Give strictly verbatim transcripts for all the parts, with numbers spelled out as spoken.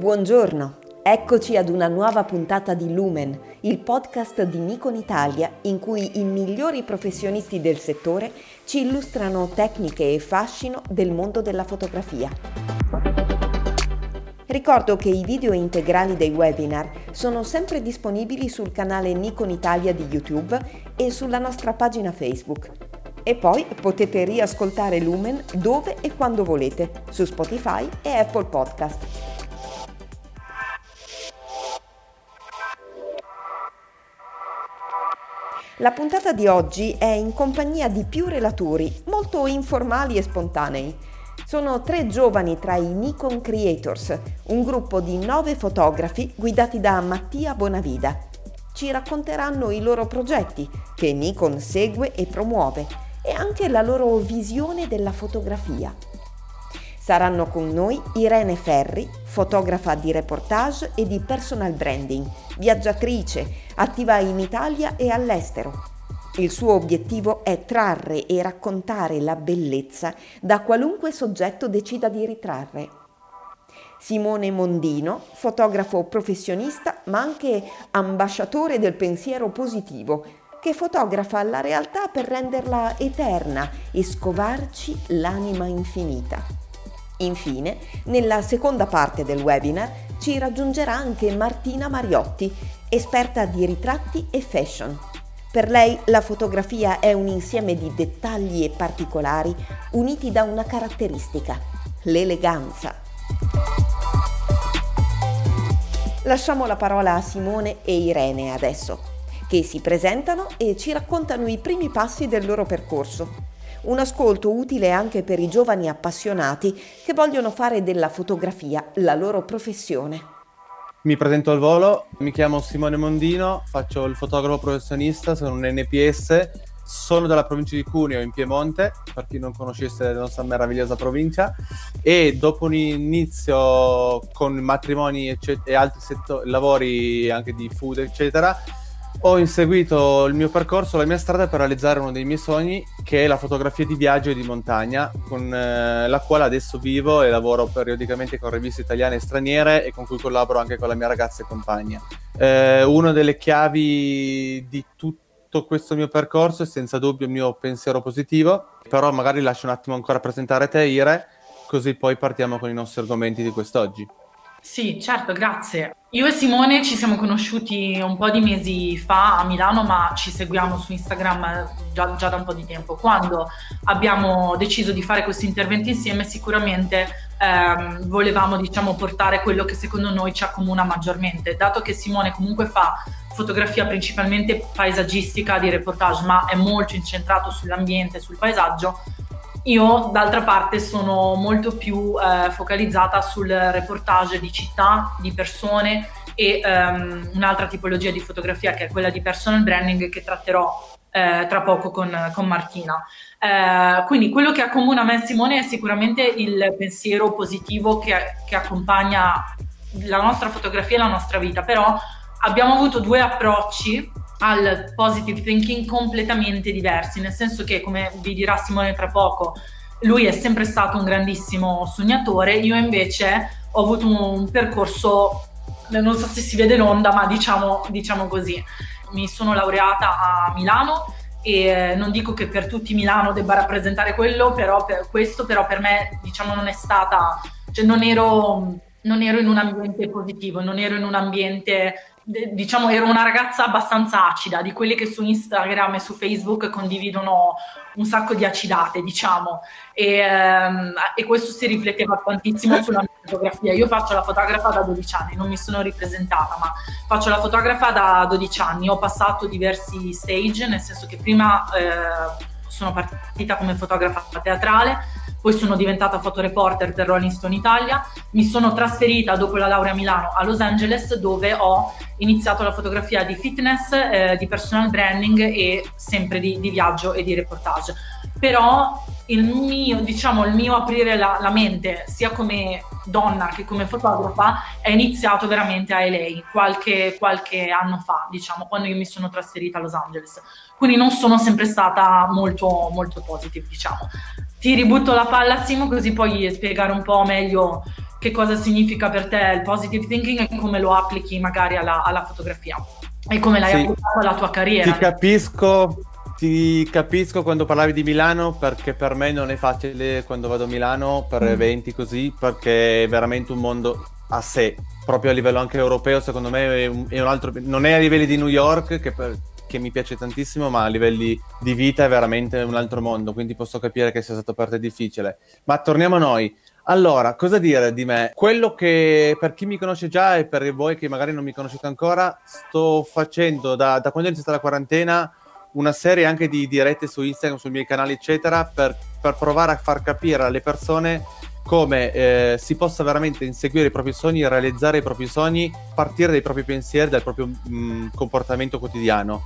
Buongiorno, eccoci ad una nuova puntata di Lumen, il podcast di Nikon Italia in cui i migliori professionisti del settore ci illustrano tecniche e fascino del mondo della fotografia. Ricordo che i video integrali dei webinar sono sempre disponibili sul canale Nikon Italia di YouTube e sulla nostra pagina Facebook. E poi potete riascoltare Lumen dove e quando volete, su Spotify e Apple Podcast. La puntata di oggi è in compagnia di più relatori, molto informali e spontanei. Sono tre giovani tra i Nikon Creators, un gruppo di nove fotografi guidati da Mattia Bonavida. Ci racconteranno i loro progetti, che Nikon segue e promuove, e anche la loro visione della fotografia. Saranno con noi Irene Ferri, fotografa di reportage e di personal branding, viaggiatrice, attiva in Italia e all'estero. Il suo obiettivo è trarre e raccontare la bellezza da qualunque soggetto decida di ritrarre. Simone Mondino, fotografo professionista ma anche ambasciatore del pensiero positivo, che fotografa la realtà per renderla eterna e scovarci l'anima infinita. Infine, nella seconda parte del webinar ci raggiungerà anche Martina Mariotti, esperta di ritratti e fashion. Per lei la fotografia è un insieme di dettagli e particolari uniti da una caratteristica, l'eleganza. Lasciamo la parola a Simone e Irene adesso, che si presentano e ci raccontano i primi passi del loro percorso. Un ascolto utile anche per i giovani appassionati che vogliono fare della fotografia la loro professione. Mi presento al volo, mi chiamo Simone Mondino, faccio il fotografo professionista, sono un N P S, sono della provincia di Cuneo in Piemonte, per chi non conoscesse la nostra meravigliosa provincia, e dopo un inizio con matrimoni e altri setto- lavori anche di food eccetera, ho inseguito il mio percorso, la mia strada per realizzare uno dei miei sogni, che è la fotografia di viaggio e di montagna, con eh, la quale adesso vivo e lavoro periodicamente con riviste italiane e straniere e con cui collaboro anche con la mia ragazza e compagna. Eh, una delle chiavi di tutto questo mio percorso è senza dubbio il mio pensiero positivo, però magari lascio un attimo ancora presentare te, Ire, così poi partiamo con i nostri argomenti di quest'oggi. Sì, certo, grazie. Io e Simone ci siamo conosciuti un po' di mesi fa a Milano, ma ci seguiamo su Instagram già, già da un po' di tempo. Quando abbiamo deciso di fare questo intervento insieme, sicuramente ehm, volevamo, diciamo, portare quello che secondo noi ci accomuna maggiormente. Dato che Simone comunque fa fotografia principalmente paesaggistica di reportage, ma è molto incentrato sull'ambiente, sul paesaggio, io d'altra parte sono molto più eh, focalizzata sul reportage di città, di persone e um, un'altra tipologia di fotografia che è quella di personal branding che tratterò eh, tra poco con, con Martina. Eh, quindi quello che accomuna me e Simone è sicuramente il pensiero positivo che, che accompagna la nostra fotografia e la nostra vita, però abbiamo avuto due approcci al positive thinking completamente diversi, nel senso che, come vi dirà Simone tra poco, lui è sempre stato un grandissimo sognatore, io invece ho avuto un, un percorso, non so se si vede l'onda, ma diciamo, diciamo così. Mi sono laureata a Milano e non dico che per tutti Milano debba rappresentare quello, però per questo però per me, diciamo, non è stata, cioè non ero, non ero in un ambiente positivo, non ero in un ambiente, diciamo, ero una ragazza abbastanza acida, di quelle che su Instagram e su Facebook condividono un sacco di acidate, diciamo, e, ehm, e questo si rifletteva tantissimo sulla mia fotografia. Io faccio la fotografa da dodici anni, non mi sono ripresentata, ma faccio la fotografa da dodici anni, ho passato diversi stage, nel senso che prima eh, sono partita come fotografa teatrale, poi sono diventata fotoreporter per Rolling Stone Italia, mi sono trasferita dopo la laurea a Milano a Los Angeles, dove ho iniziato la fotografia di fitness, eh, di personal branding e sempre di, di viaggio e di reportage. Però il mio, diciamo, il mio aprire la, la mente sia come donna che come fotografa è iniziato veramente a L A qualche, qualche anno fa, diciamo, quando io mi sono trasferita a Los Angeles. Quindi non sono sempre stata molto, molto positive, diciamo. Ti ributto la palla, Simo, così puoi spiegare un po' meglio che cosa significa per te il positive thinking e come lo applichi magari alla, alla fotografia e come l'hai Sì. applicato alla tua carriera. Ti capisco, ti capisco quando parlavi di Milano, perché per me non è facile quando vado a Milano per Mm. eventi così, perché è veramente un mondo a sé, proprio a livello anche europeo. Secondo me è un, è un altro, non è a livelli di New York che, per, che mi piace tantissimo, ma a livelli di vita è veramente un altro mondo, quindi posso capire che sia stato per te difficile. Ma torniamo a noi. Allora, cosa dire di me? Quello che per chi mi conosce già e per voi che magari non mi conoscete ancora, sto facendo da, da quando è iniziata la quarantena una serie anche di dirette su Instagram, sui miei canali eccetera, per, per provare a far capire alle persone come eh, si possa veramente inseguire i propri sogni, realizzare i propri sogni, partire dai propri pensieri, dal proprio mh, comportamento quotidiano.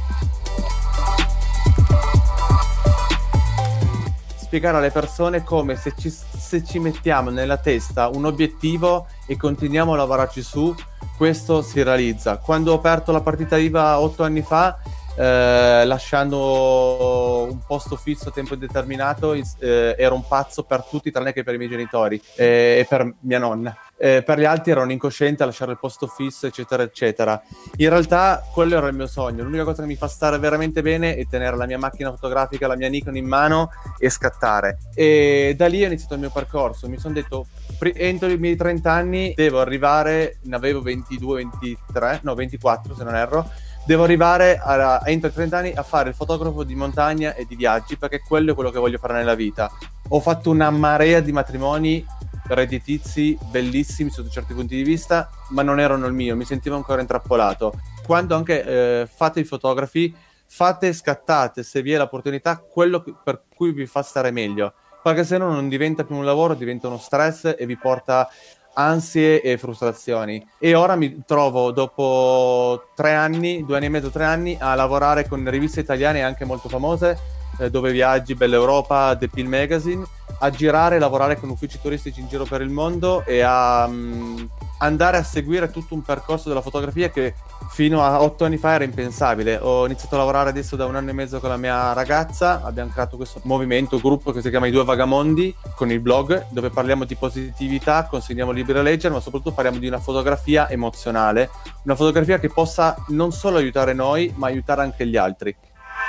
Spiegare alle persone come se ci, se ci mettiamo nella testa un obiettivo e continuiamo a lavorarci su, questo si realizza. Quando ho aperto la partita I V A otto anni fa, eh, lasciando un posto fisso a tempo indeterminato, eh, ero un pazzo per tutti tranne che per i miei genitori eh, e per mia nonna. Eh, per gli altri ero un incosciente a lasciare il posto fisso eccetera eccetera. In realtà quello era il mio sogno. L'unica cosa che mi fa stare veramente bene è tenere la mia macchina fotografica, la mia Nikon in mano e scattare, e da lì è iniziato il mio percorso. Mi sono detto entro i miei trenta anni devo arrivare, ne avevo ventidue ventitré, no ventiquattro se non erro, devo arrivare a, entro i trenta anni a fare il fotografo di montagna e di viaggi, perché quello è quello che voglio fare nella vita. Ho fatto una marea di matrimoni redditizi bellissimi sotto certi punti di vista, ma non erano il mio, mi sentivo ancora intrappolato. Quando anche eh, fate i fotografi, fate, scattate se vi è l'opportunità quello che, per cui vi fa stare meglio, perché se no non diventa più un lavoro, diventa uno stress e vi porta ansie e frustrazioni. E ora mi trovo dopo tre anni, due anni e mezzo, tre anni a lavorare con riviste italiane anche molto famose, eh, Dove Viaggi, Bella Europa, The Pill Magazine, a girare e lavorare con uffici turistici in giro per il mondo e a um, andare a seguire tutto un percorso della fotografia che fino a otto anni fa era impensabile. Ho iniziato a lavorare adesso da un anno e mezzo con la mia ragazza, abbiamo creato questo movimento, gruppo che si chiama I Due Vagamondi, con il blog, dove parliamo di positività, consigliamo libri a leggere, ma soprattutto parliamo di una fotografia emozionale, una fotografia che possa non solo aiutare noi, ma aiutare anche gli altri.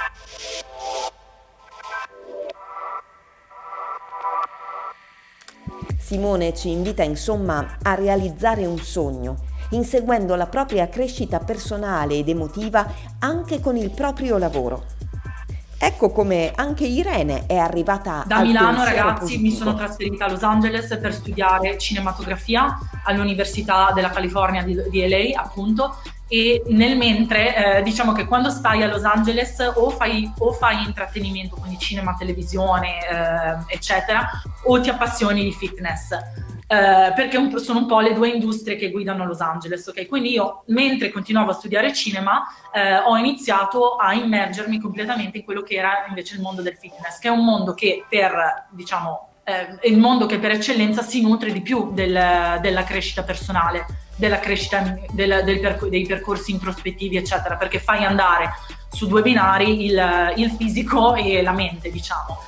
Simone ci invita insomma a realizzare un sogno, inseguendo la propria crescita personale ed emotiva anche con il proprio lavoro. Ecco come anche Irene è arrivata da al Milano, pensiero ragazzi, positivo. mi sono trasferita a Los Angeles per studiare cinematografia all'Università della California di, di L A, appunto, e nel mentre eh, diciamo che quando stai a Los Angeles o fai, o fai intrattenimento, quindi cinema, televisione, eh, eccetera, o ti appassioni di fitness. Uh, perché un, sono un po' le due industrie che guidano Los Angeles, ok? Quindi io, mentre continuavo a studiare cinema, uh, ho iniziato a immergermi completamente in quello che era invece il mondo del fitness, che è un mondo che per, diciamo, eh, è il mondo che per eccellenza si nutre di più del, della crescita personale, della crescita del, del percor- dei percorsi introspettivi, eccetera, perché fai andare su due binari il, il fisico e la mente, diciamo.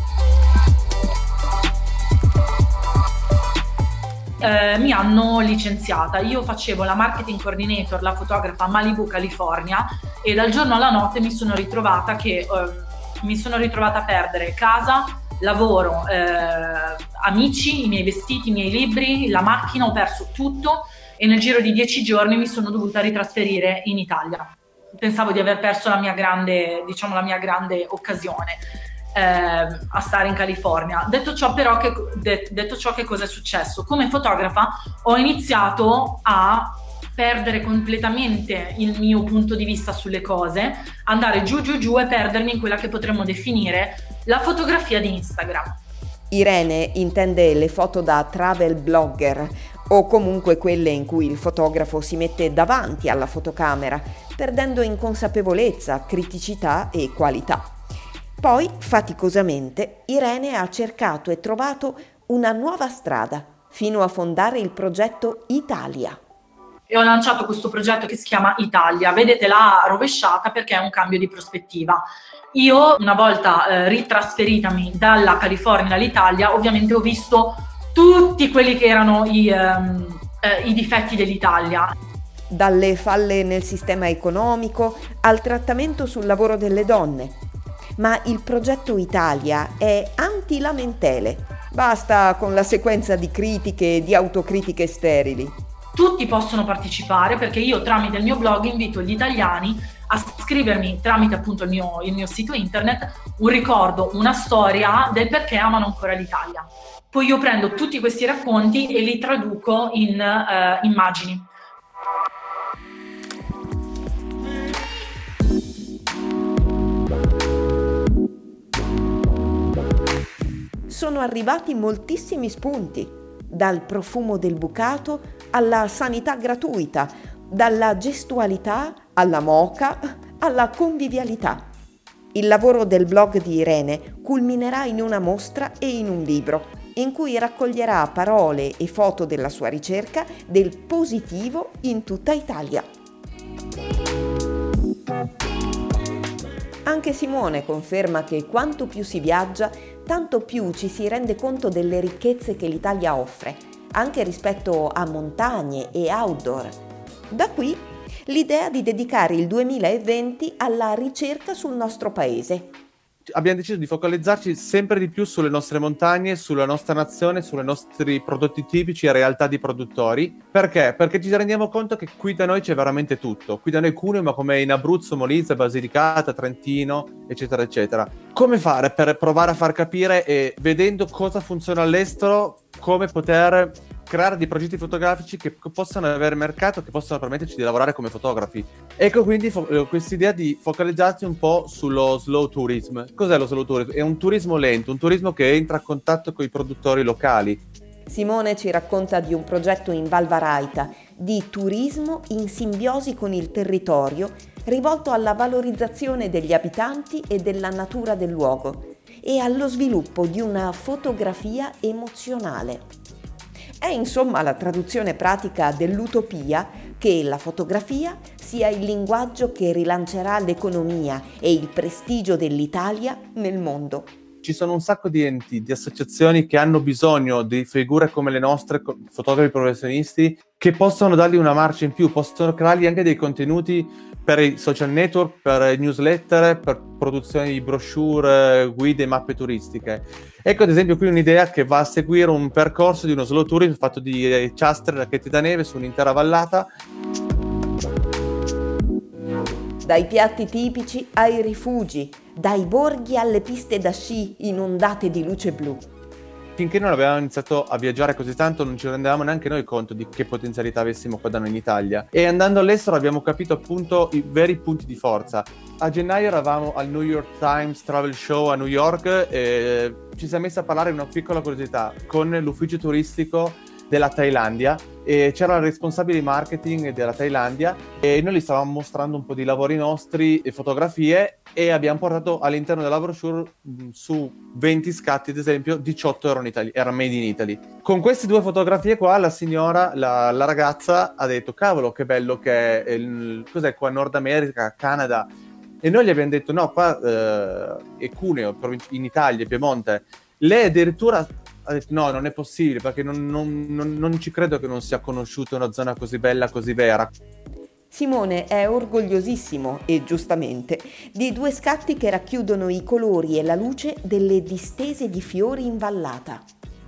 Eh, mi hanno licenziata. Io facevo la marketing coordinator, la fotografa a Malibu, California, e dal giorno alla notte mi sono ritrovata che eh, mi sono ritrovata a perdere casa, lavoro, eh, amici, i miei vestiti, i miei libri, la macchina, ho perso tutto e nel giro di dieci giorni mi sono dovuta ritrasferire in Italia. Pensavo di aver perso la mia grande, diciamo, la mia grande occasione. Eh, a stare in California. Detto ciò, però, che, de, detto ciò, che cosa è successo? Come fotografa ho iniziato a perdere completamente il mio punto di vista sulle cose, andare giù giù giù e perdermi in quella che potremmo definire la fotografia di Instagram. Irene intende le foto da travel blogger o comunque quelle in cui il fotografo si mette davanti alla fotocamera, perdendo in consapevolezza, criticità e qualità. Poi, faticosamente, Irene ha cercato e trovato una nuova strada, fino a fondare il progetto Italia. E ho lanciato questo progetto che si chiama Italia. Vedete la rovesciata perché è un cambio di prospettiva. Io, una volta eh, ritrasferitami dalla California all'Italia, ovviamente ho visto tutti quelli che erano i, um, eh, i difetti dell'Italia. Dalle falle nel sistema economico al trattamento sul lavoro delle donne. Ma il progetto Italia è anti-lamentele. Basta con la sequenza di critiche e di autocritiche sterili. Tutti possono partecipare, perché io tramite il mio blog invito gli italiani a scrivermi tramite appunto il mio, il mio sito internet un ricordo, una storia del perché amano ancora l'Italia. Poi io prendo tutti questi racconti e li traduco in uh, immagini. Sono arrivati moltissimi spunti, dal profumo del bucato alla sanità gratuita, dalla gestualità alla moca alla convivialità. Il lavoro del blog di Irene culminerà in una mostra e in un libro, in cui raccoglierà parole e foto della sua ricerca del positivo in tutta Italia. Anche Simone conferma che quanto più si viaggia, tanto più ci si rende conto delle ricchezze che l'Italia offre, anche rispetto a montagne e outdoor. Da qui l'idea di dedicare il duemilaventi alla ricerca sul nostro paese. Abbiamo deciso di focalizzarci sempre di più sulle nostre montagne, sulla nostra nazione, sui nostri prodotti tipici e realtà di produttori. Perché? Perché ci rendiamo conto che qui da noi c'è veramente tutto. Qui da noi Cuneo, ma come in Abruzzo, Molise, Basilicata, Trentino, eccetera, eccetera. Come fare per provare a far capire e vedendo cosa funziona all'estero, come poter creare dei progetti fotografici che possano avere mercato, che possano permetterci di lavorare come fotografi. Ecco quindi fo- questa idea di focalizzarsi un po' sullo slow tourism. Cos'è lo slow tourism? È un turismo lento, un turismo che entra a contatto con i produttori locali. Simone ci racconta di un progetto in Val Varaita di turismo in simbiosi con il territorio, rivolto alla valorizzazione degli abitanti e della natura del luogo e allo sviluppo di una fotografia emozionale. È insomma la traduzione pratica dell'utopia che la fotografia sia il linguaggio che rilancerà l'economia e il prestigio dell'Italia nel mondo. Ci sono un sacco di enti, di associazioni che hanno bisogno di figure come le nostre, fotografi professionisti, che possono dargli una marcia in più, possono creargli anche dei contenuti per i social network, per newsletter, per produzioni di brochure, guide, mappe turistiche. Ecco ad esempio qui un'idea che va a seguire un percorso di uno slow tourism fatto di ciastre, racchette da neve su un'intera vallata. Dai piatti tipici ai rifugi, dai borghi alle piste da sci inondate di luce blu. Finché non avevamo iniziato a viaggiare così tanto non ci rendevamo neanche noi conto di che potenzialità avessimo qua da noi in Italia. E andando all'estero abbiamo capito appunto i veri punti di forza. A gennaio eravamo al New York Times Travel Show a New York e ci siamo messi a parlare di una piccola curiosità con l'ufficio turistico della Thailandia e c'era il responsabile marketing della Thailandia e noi gli stavamo mostrando un po' di lavori nostri e fotografie e abbiamo portato all'interno della brochure mh, su venti scatti ad esempio diciotto erano, Itali- erano made in Italy. Con queste due fotografie qua la signora, la, la ragazza ha detto cavolo che bello che è il, cos'è qua Nord America, Canada, e noi gli abbiamo detto no qua eh, è Cuneo in Italia, Piemonte. Lei addirittura ha detto no, non è possibile perché non, non, non, non ci credo che non sia conosciuta una zona così bella, così vera. Simone è orgogliosissimo, e giustamente, di due scatti che racchiudono i colori e la luce delle distese di fiori in vallata.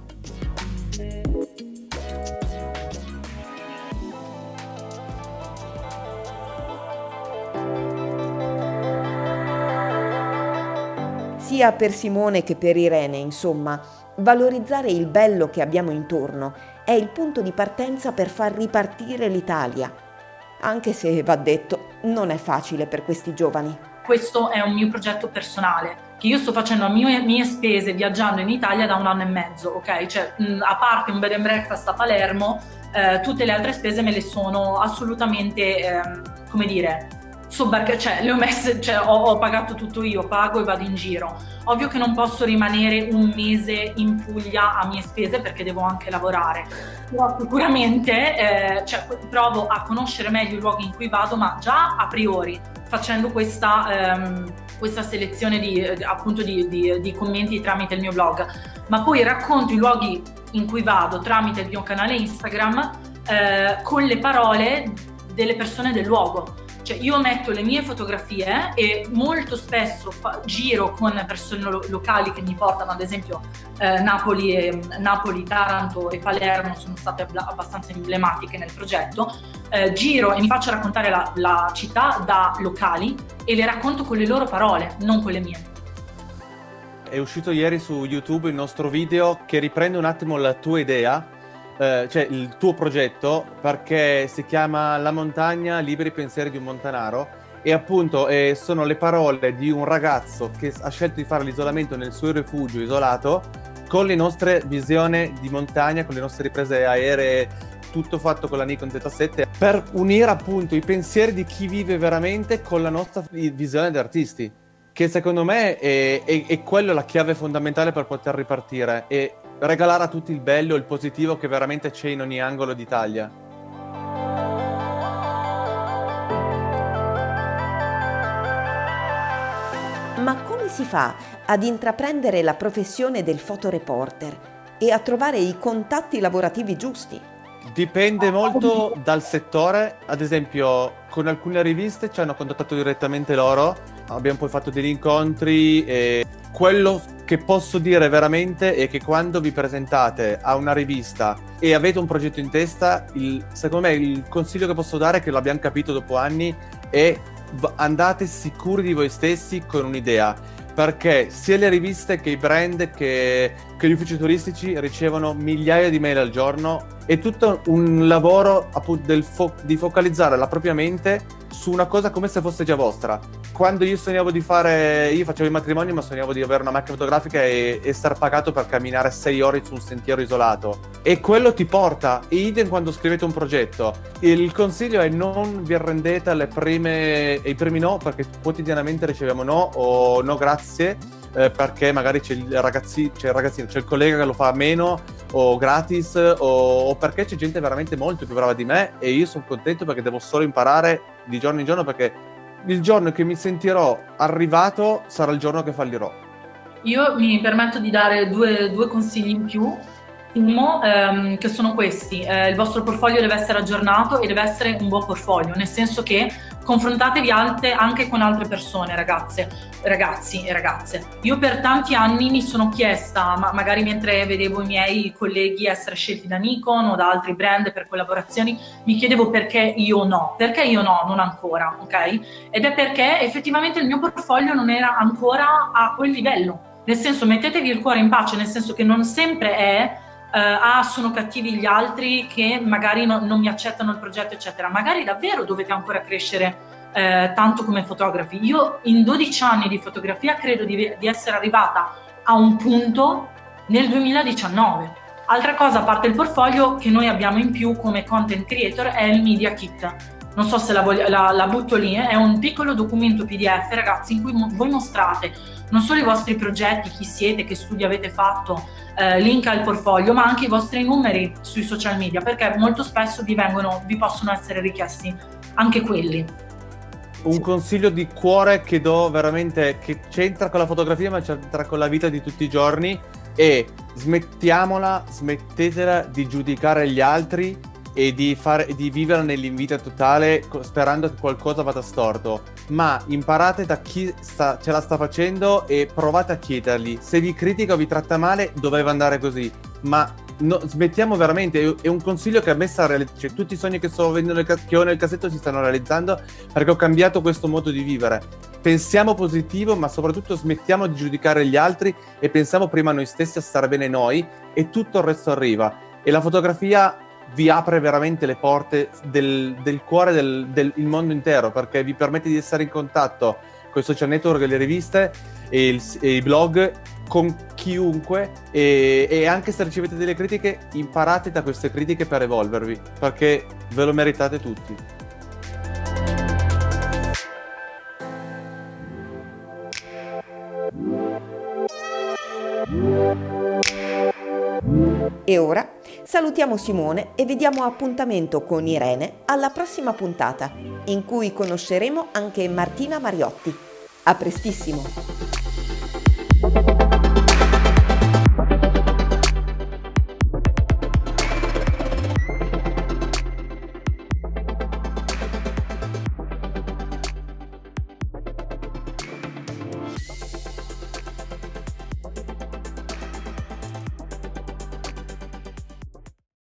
Sia per Simone che per Irene, insomma, valorizzare il bello che abbiamo intorno è il punto di partenza per far ripartire l'Italia, anche se, va detto, non è facile per questi giovani. Questo è un mio progetto personale, che io sto facendo a mie, mie spese viaggiando in Italia da un anno e mezzo, ok? Cioè, mh, a parte un bed and breakfast a Palermo, eh, tutte le altre spese me le sono assolutamente, ehm, come dire, sobbarca- cioè le ho messe, cioè ho, ho pagato tutto io, pago e vado in giro. Ovvio che non posso rimanere un mese in Puglia a mie spese perché devo anche lavorare, però sicuramente eh, cioè, provo a conoscere meglio i luoghi in cui vado, ma già a priori facendo questa, ehm, questa selezione di, appunto di, di, di commenti tramite il mio blog, ma poi racconto i luoghi in cui vado tramite il mio canale Instagram eh, con le parole delle persone del luogo. Cioè io metto le mie fotografie e molto spesso fa- giro con persone lo- locali che mi portano, ad esempio eh, Napoli, e, Napoli, Taranto e Palermo sono state ab- abbastanza emblematiche nel progetto, eh, giro e mi faccio raccontare la, la città da locali e le racconto con le loro parole, non con le mie. È uscito ieri su YouTube il nostro video che riprende un attimo la tua idea, eh, cioè il tuo progetto, perché si chiama La montagna, liberi pensieri di un montanaro, e appunto eh, sono le parole di un ragazzo che ha scelto di fare l'isolamento nel suo rifugio isolato, con le nostre visioni di montagna, con le nostre riprese aeree, tutto fatto con la Nikon Z sette, per unire appunto i pensieri di chi vive veramente con la nostra visione di artisti, che secondo me è, è, è quello la chiave fondamentale per poter ripartire e regalare a tutti il bello e il positivo che veramente c'è in ogni angolo d'Italia. Ma come si fa ad intraprendere la professione del fotoreporter e a trovare i contatti lavorativi giusti? Dipende molto dal settore. Ad esempio, con alcune riviste ci hanno contattato direttamente loro, abbiamo poi fatto degli incontri e quello che posso dire veramente è che quando vi presentate a una rivista e avete un progetto in testa, il, secondo me il consiglio che posso dare, che l'abbiamo capito dopo anni, è andate sicuri di voi stessi con un'idea, perché sia le riviste che i brand che, che gli uffici turistici ricevono migliaia di mail al giorno. È tutto un lavoro appunto del fo- di focalizzare la propria mente su una cosa come se fosse già vostra. Quando io sognavo di fare, io facevo i matrimoni ma sognavo di avere una macchina fotografica e essere pagato per camminare sei ore su un sentiero isolato, e quello ti porta. E idem quando scrivete un progetto, il consiglio è non vi arrendete alle prime, ai primi no, perché quotidianamente riceviamo no o no grazie, eh, perché magari c'è il, ragazzi, c'è il ragazzino, c'è il collega che lo fa meno o gratis, o, o perché c'è gente veramente molto più brava di me e io sono contento perché devo solo imparare di giorno in giorno, perché il giorno che mi sentirò arrivato sarà il giorno che fallirò. Io mi permetto di dare due, due consigli in più. Uno, ehm, che sono questi: eh, il vostro portfolio deve essere aggiornato e deve essere un buon portfolio, nel senso che confrontatevi alte, anche con altre persone, ragazze, ragazzi e ragazze. Io per tanti anni mi sono chiesta, ma magari mentre vedevo i miei colleghi essere scelti da Nikon o da altri brand per collaborazioni, mi chiedevo perché io no, perché io no, non ancora, ok? Ed è perché effettivamente il mio portfolio non era ancora a quel livello, nel senso, mettetevi il cuore in pace, nel senso che non sempre è Uh, ah, sono cattivi gli altri che magari no, non mi accettano il progetto, eccetera. Magari davvero dovete ancora crescere eh, tanto come fotografi. Io in dodici anni di fotografia credo di, di essere arrivata a un punto nel duemiladiciannove. Altra cosa, a parte il portfolio, che noi abbiamo in più come content creator è il Media Kit. Non so se la, voglio, la, la butto lì, è un piccolo documento P D F, ragazzi, in cui mo- voi mostrate non solo i vostri progetti, chi siete, che studi avete fatto, eh, link al portfolio, ma anche i vostri numeri sui social media, perché molto spesso vi vengono, vi possono essere richiesti anche quelli. Un consiglio di cuore che do veramente, che c'entra con la fotografia ma c'entra con la vita di tutti i giorni, è: smettiamola, smettetela di giudicare gli altri e di, fare, di vivere nell'invidia totale sperando che qualcosa vada storto, ma imparate da chi sta, ce la sta facendo e provate a chiedergli. Se vi critica o vi tratta male, doveva andare così, ma no, smettiamo veramente. È un consiglio che a me sta realizzando, cioè tutti i sogni che, sto nel, che ho nel cassetto si stanno realizzando perché ho cambiato questo modo di vivere. Pensiamo positivo, ma soprattutto smettiamo di giudicare gli altri e pensiamo prima a noi stessi, a stare bene noi, e tutto il resto arriva. E la fotografia vi apre veramente le porte del, del cuore del, del il mondo intero, perché vi permette di essere in contatto con i social network e le riviste e, il, e i blog con chiunque, e, e anche se ricevete delle critiche, imparate da queste critiche per evolvervi, perché ve lo meritate tutti. E ora salutiamo Simone e vi diamo appuntamento con Irene alla prossima puntata, in cui conosceremo anche Martina Mariotti. A prestissimo!